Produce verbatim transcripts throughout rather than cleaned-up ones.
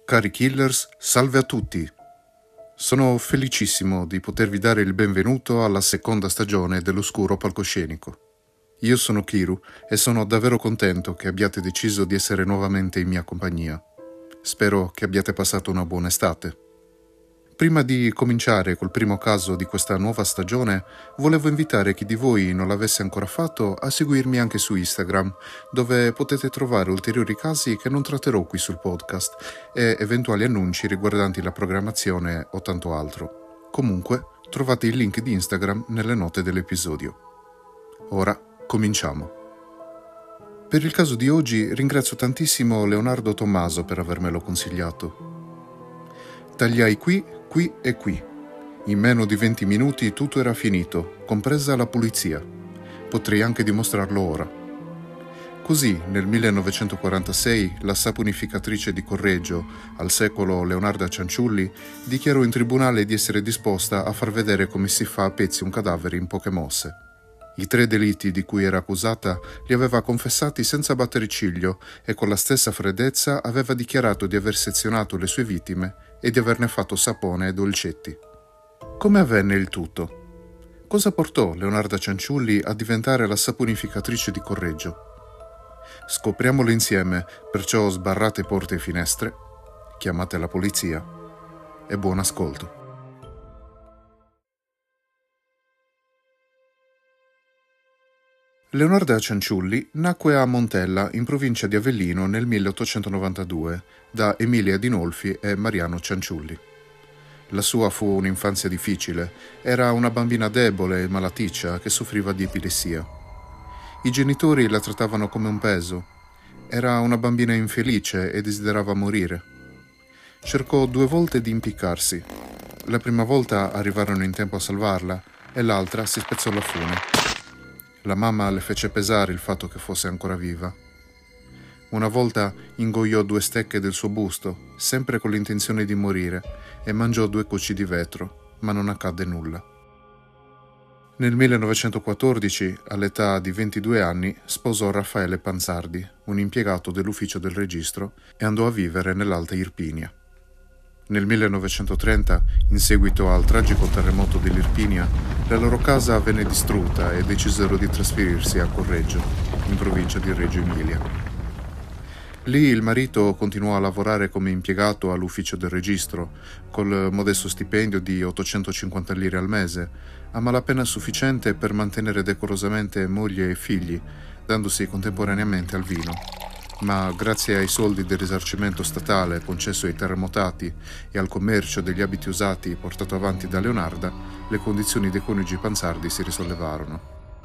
Cari killers, salve a tutti! Sono felicissimo di potervi dare il benvenuto alla seconda stagione dell'Oscuro Palcoscenico. Io sono Kiru e sono davvero contento che abbiate deciso di essere nuovamente in mia compagnia. Spero che abbiate passato una buona estate. Prima di cominciare col primo caso di questa nuova stagione, volevo invitare chi di voi non l'avesse ancora fatto a seguirmi anche su Instagram, dove potete trovare ulteriori casi che non tratterò qui sul podcast e eventuali annunci riguardanti la programmazione o tanto altro. Comunque, trovate il link di Instagram nelle note dell'episodio. Ora, cominciamo. Per il caso di oggi ringrazio tantissimo Leonardo Tommaso per avermelo consigliato. Tagliai qui, qui e qui. In meno di venti minuti tutto era finito, compresa la pulizia. Potrei anche dimostrarlo ora. Così, nel millenovecentoquarantasei, la saponificatrice di Correggio, al secolo Leonarda Cianciulli, dichiarò in tribunale di essere disposta a far vedere come si fa a pezzi un cadavere in poche mosse. I tre delitti di cui era accusata li aveva confessati senza battere ciglio e con la stessa freddezza aveva dichiarato di aver sezionato le sue vittime e di averne fatto sapone e dolcetti. Come avvenne il tutto? Cosa portò Leonarda Cianciulli a diventare la saponificatrice di Correggio? Scopriamolo insieme, perciò sbarrate porte e finestre, chiamate la polizia e buon ascolto. Leonarda Cianciulli nacque a Montella, in provincia di Avellino, nel milleottocentonovantadue, da Emilia Dinolfi e Mariano Cianciulli. La sua fu un'infanzia difficile, era una bambina debole e malaticcia che soffriva di epilessia. I genitori la trattavano come un peso. Era una bambina infelice e desiderava morire. Cercò due volte di impiccarsi. La prima volta arrivarono in tempo a salvarla e l'altra si spezzò la fune. La mamma le fece pesare il fatto che fosse ancora viva. Una volta ingoiò due stecche del suo busto, sempre con l'intenzione di morire, e mangiò due cocci di vetro, ma non accadde nulla. Nel millenovecentoquattordici, all'età di ventidue anni, sposò Raffaele Panzardi, un impiegato dell'ufficio del registro, e andò a vivere nell'Alta Irpinia. Nel millenovecentotrenta, in seguito al tragico terremoto dell'Irpinia, la loro casa venne distrutta e decisero di trasferirsi a Correggio, in provincia di Reggio Emilia. Lì il marito continuò a lavorare come impiegato all'ufficio del registro, col modesto stipendio di ottocentocinquanta lire al mese, a malapena sufficiente per mantenere decorosamente moglie e figli, dandosi contemporaneamente al vino. Ma grazie ai soldi del risarcimento statale concesso ai terremotati e al commercio degli abiti usati portato avanti da Leonarda, le condizioni dei coniugi Panzardi si risollevarono.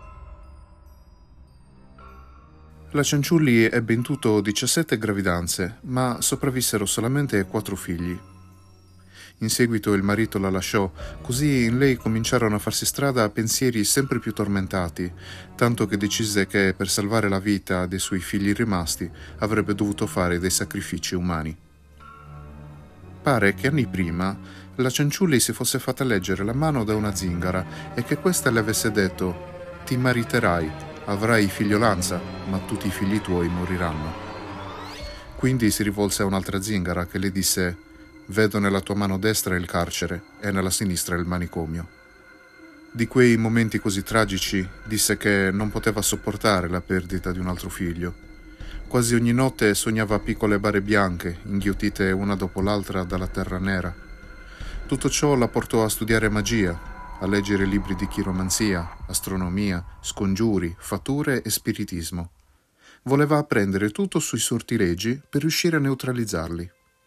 La Cianciulli ebbe in tutto diciassette gravidanze, ma sopravvissero solamente quattro figli. In seguito il marito la lasciò, così in lei cominciarono a farsi strada pensieri sempre più tormentati, tanto che decise che per salvare la vita dei suoi figli rimasti avrebbe dovuto fare dei sacrifici umani. Pare che anni prima la Cianciulli si fosse fatta leggere la mano da una zingara e che questa le avesse detto: «Ti mariterai, avrai figliolanza, ma tutti i figli tuoi moriranno». Quindi si rivolse a un'altra zingara che le disse: «Vedo nella tua mano destra il carcere e nella sinistra il manicomio». Di quei momenti così tragici disse che non poteva sopportare la perdita di un altro figlio. Quasi ogni notte sognava piccole bare bianche, inghiottite una dopo l'altra dalla terra nera. Tutto ciò la portò a studiare magia, a leggere libri di chiromanzia, astronomia, scongiuri, fatture e spiritismo. Voleva apprendere tutto sui sortilegi per riuscire a neutralizzarli.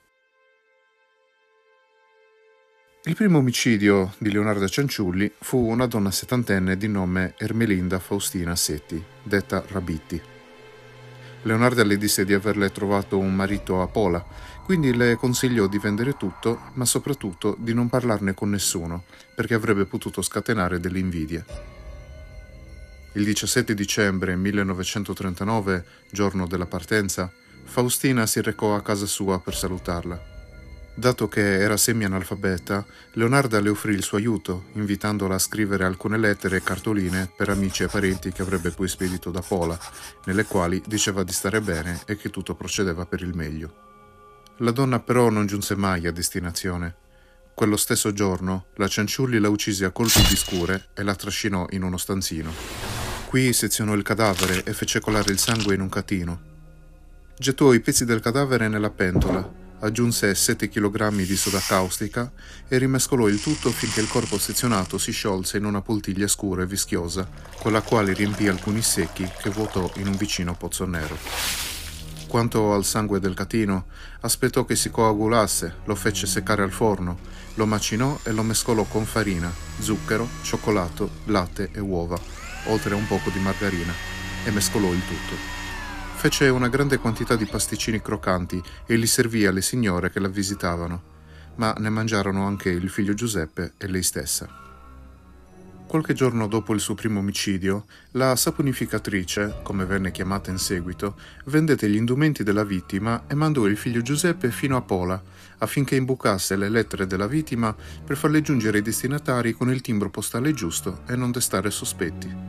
Il primo omicidio di Leonarda Cianciulli fu una donna settantenne di nome Ermelinda Faustina Setti, detta Rabitti. Leonarda le disse di averle trovato un marito a Pola, quindi le consigliò di vendere tutto, ma soprattutto di non parlarne con nessuno, perché avrebbe potuto scatenare delle invidie. Il diciassette dicembre millenovecentotrentanove, giorno della partenza, Faustina si recò a casa sua per salutarla. Dato che era semi-analfabeta, Leonarda le offrì il suo aiuto, invitandola a scrivere alcune lettere e cartoline per amici e parenti che avrebbe poi spedito da Pola, nelle quali diceva di stare bene e che tutto procedeva per il meglio. La donna però non giunse mai a destinazione. Quello stesso giorno la Cianciulli la uccise a colpi di scure e la trascinò in uno stanzino. Qui sezionò il cadavere e fece colare il sangue in un catino. Gettò i pezzi del cadavere nella pentola, aggiunse sette chilogrammi di soda caustica e rimescolò il tutto finché il corpo sezionato si sciolse in una poltiglia scura e vischiosa, con la quale riempì alcuni secchi che vuotò in un vicino pozzo nero. Quanto al sangue del catino, aspettò che si coagulasse, lo fece seccare al forno, lo macinò e lo mescolò con farina, zucchero, cioccolato, latte e uova, oltre a un poco di margarina, e mescolò il tutto. Fece una grande quantità di pasticcini croccanti e li servì alle signore che la visitavano, ma ne mangiarono anche il figlio Giuseppe e lei stessa. Qualche giorno dopo il suo primo omicidio, la saponificatrice, come venne chiamata in seguito, vendette gli indumenti della vittima e mandò il figlio Giuseppe fino a Pola, affinché imbucasse le lettere della vittima per farle giungere ai destinatari con il timbro postale giusto e non destare sospetti.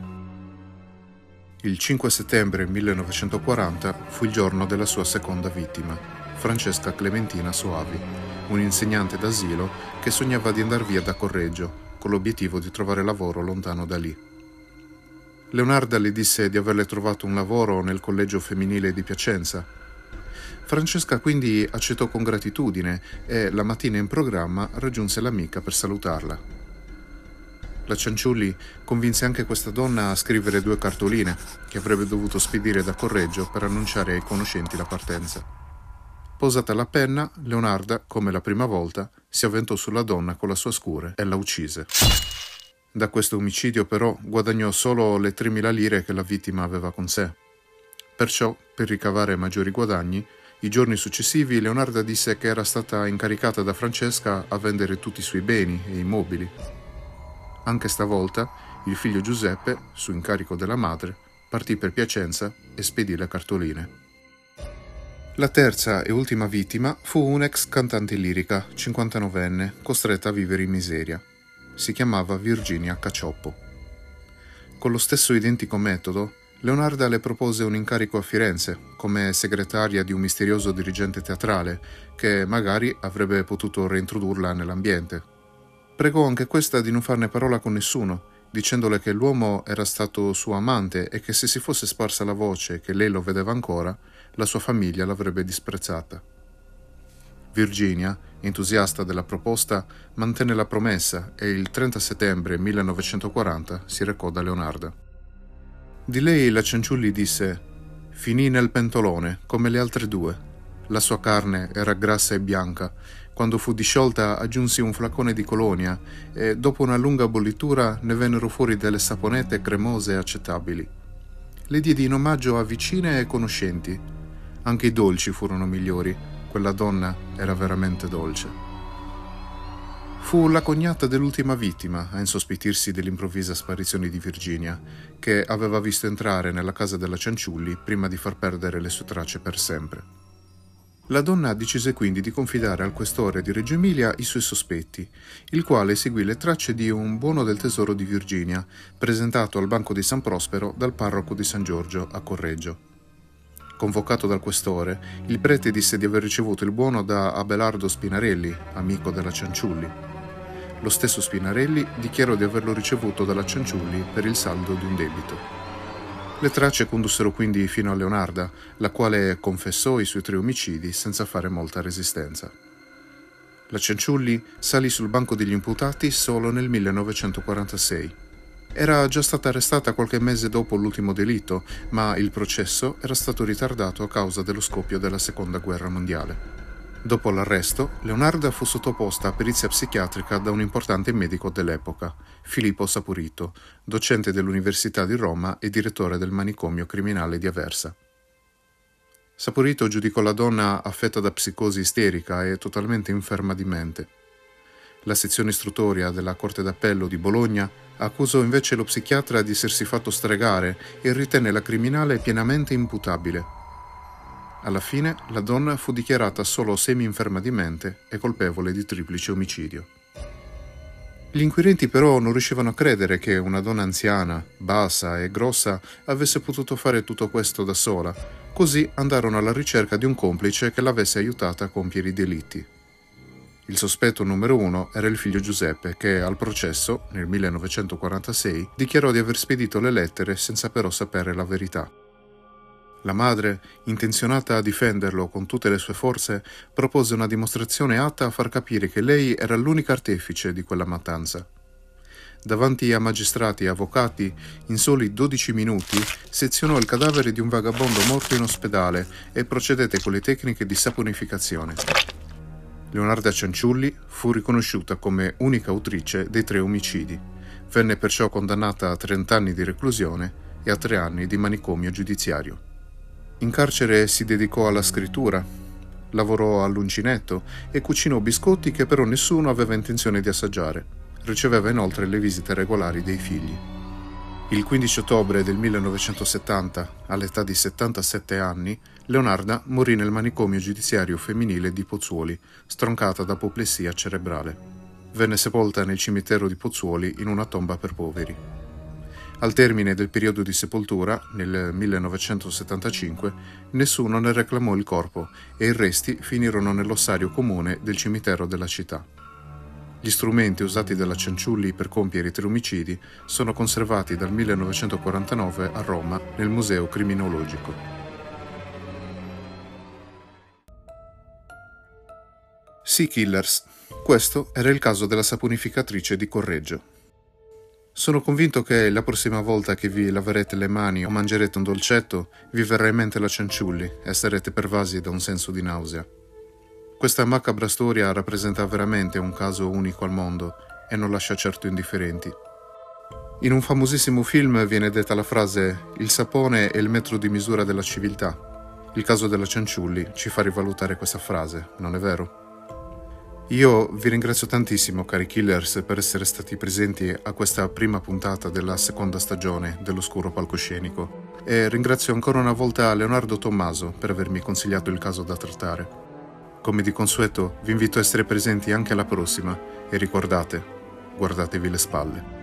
Il cinque settembre millenovecentoquaranta fu il giorno della sua seconda vittima, Francesca Clementina Soavi, un'insegnante d'asilo che sognava di andar via da Correggio, con l'obiettivo di trovare lavoro lontano da lì. Leonarda le disse di averle trovato un lavoro nel collegio femminile di Piacenza. Francesca quindi accettò con gratitudine e la mattina in programma raggiunse l'amica per salutarla. La Cianciulli convinse anche questa donna a scrivere due cartoline che avrebbe dovuto spedire da Correggio per annunciare ai conoscenti la partenza. Posata la penna, Leonarda, come la prima volta, si avventò sulla donna con la sua scure e la uccise. Da questo omicidio però guadagnò solo le tremila lire che la vittima aveva con sé. Perciò, per ricavare maggiori guadagni, i giorni successivi Leonarda disse che era stata incaricata da Francesca a vendere tutti i suoi beni e immobili. Anche stavolta il figlio Giuseppe, su incarico della madre, partì per Piacenza e spedì le cartoline. La terza e ultima vittima fu un'ex cantante lirica, cinquantanovenne, costretta a vivere in miseria. Si chiamava Virginia Cacioppo. Con lo stesso identico metodo, Leonarda le propose un incarico a Firenze, come segretaria di un misterioso dirigente teatrale, che magari avrebbe potuto reintrodurla nell'ambiente. Pregò anche questa di non farne parola con nessuno, dicendole che l'uomo era stato suo amante e che se si fosse sparsa la voce che lei lo vedeva ancora, la sua famiglia l'avrebbe disprezzata. Virginia, entusiasta della proposta, mantenne la promessa e il trenta settembre millenovecentoquaranta si recò da Leonarda. Di lei la Cianciulli disse: «Finì nel pentolone, come le altre due. La sua carne era grassa e bianca. Quando fu disciolta aggiunsi un flacone di colonia e dopo una lunga bollitura ne vennero fuori delle saponette cremose e accettabili. Le diedi in omaggio a vicine e conoscenti. Anche i dolci furono migliori. Quella donna era veramente dolce». Fu la cognata dell'ultima vittima a insospitirsi dell'improvvisa sparizione di Virginia, che aveva visto entrare nella casa della Cianciulli prima di far perdere le sue tracce per sempre. La donna decise quindi di confidare al questore di Reggio Emilia i suoi sospetti, il quale seguì le tracce di un buono del tesoro di Virginia, presentato al Banco di San Prospero dal parroco di San Giorgio a Correggio. Convocato dal questore, il prete disse di aver ricevuto il buono da Abelardo Spinarelli, amico della Cianciulli. Lo stesso Spinarelli dichiarò di averlo ricevuto dalla Cianciulli per il saldo di un debito. Le tracce condussero quindi fino a Leonarda, la quale confessò i suoi tre omicidi senza fare molta resistenza. La Cianciulli salì sul banco degli imputati solo nel millenovecentoquarantasei. Era già stata arrestata qualche mese dopo l'ultimo delitto, ma il processo era stato ritardato a causa dello scoppio della Seconda Guerra Mondiale. Dopo l'arresto, Leonarda fu sottoposta a perizia psichiatrica da un importante medico dell'epoca, Filippo Saporito, docente dell'Università di Roma e direttore del manicomio criminale di Aversa. Saporito giudicò la donna affetta da psicosi isterica e totalmente inferma di mente. La sezione istruttoria della Corte d'Appello di Bologna accusò invece lo psichiatra di essersi fatto stregare e ritenne la criminale pienamente imputabile. Alla fine, la donna fu dichiarata solo semi-inferma di mente e colpevole di triplice omicidio. Gli inquirenti però non riuscivano a credere che una donna anziana, bassa e grossa avesse potuto fare tutto questo da sola, così andarono alla ricerca di un complice che l'avesse aiutata a compiere i delitti. Il sospetto numero uno era il figlio Giuseppe che al processo, nel millenovecentoquarantasei, dichiarò di aver spedito le lettere senza però sapere la verità. La madre, intenzionata a difenderlo con tutte le sue forze, propose una dimostrazione atta a far capire che lei era l'unica artefice di quella mattanza. Davanti a magistrati e avvocati, in soli dodici minuti, sezionò il cadavere di un vagabondo morto in ospedale e procedette con le tecniche di saponificazione. Leonarda Cianciulli fu riconosciuta come unica autrice dei tre omicidi. Venne perciò condannata a trenta anni di reclusione e a tre anni di manicomio giudiziario. In carcere si dedicò alla scrittura, lavorò all'uncinetto e cucinò biscotti che però nessuno aveva intenzione di assaggiare. Riceveva inoltre le visite regolari dei figli. Il quindici ottobre del millenovecentosettanta, all'età di settantasette anni, Leonarda morì nel manicomio giudiziario femminile di Pozzuoli, stroncata da apoplessia cerebrale. Venne sepolta nel cimitero di Pozzuoli in una tomba per poveri. Al termine del periodo di sepoltura, nel millenovecentosettantacinque, nessuno ne reclamò il corpo e i resti finirono nell'ossario comune del cimitero della città. Gli strumenti usati dalla Cianciulli per compiere i tre omicidi sono conservati dal millenovecentoquarantanove a Roma nel Museo Criminologico. Sea Killers. Questo era il caso della saponificatrice di Correggio. Sono convinto che la prossima volta che vi laverete le mani o mangerete un dolcetto, vi verrà in mente la Cianciulli e sarete pervasi da un senso di nausea. Questa macabra storia rappresenta veramente un caso unico al mondo e non lascia certo indifferenti. In un famosissimo film viene detta la frase «Il sapone è il metro di misura della civiltà». Il caso della Cianciulli ci fa rivalutare questa frase, non è vero? Io vi ringrazio tantissimo, cari Killers, per essere stati presenti a questa prima puntata della seconda stagione dell'Oscuro Palcoscenico e ringrazio ancora una volta Leonardo Tommaso per avermi consigliato il caso da trattare. Come di consueto, vi invito a essere presenti anche alla prossima e ricordate, guardatevi le spalle.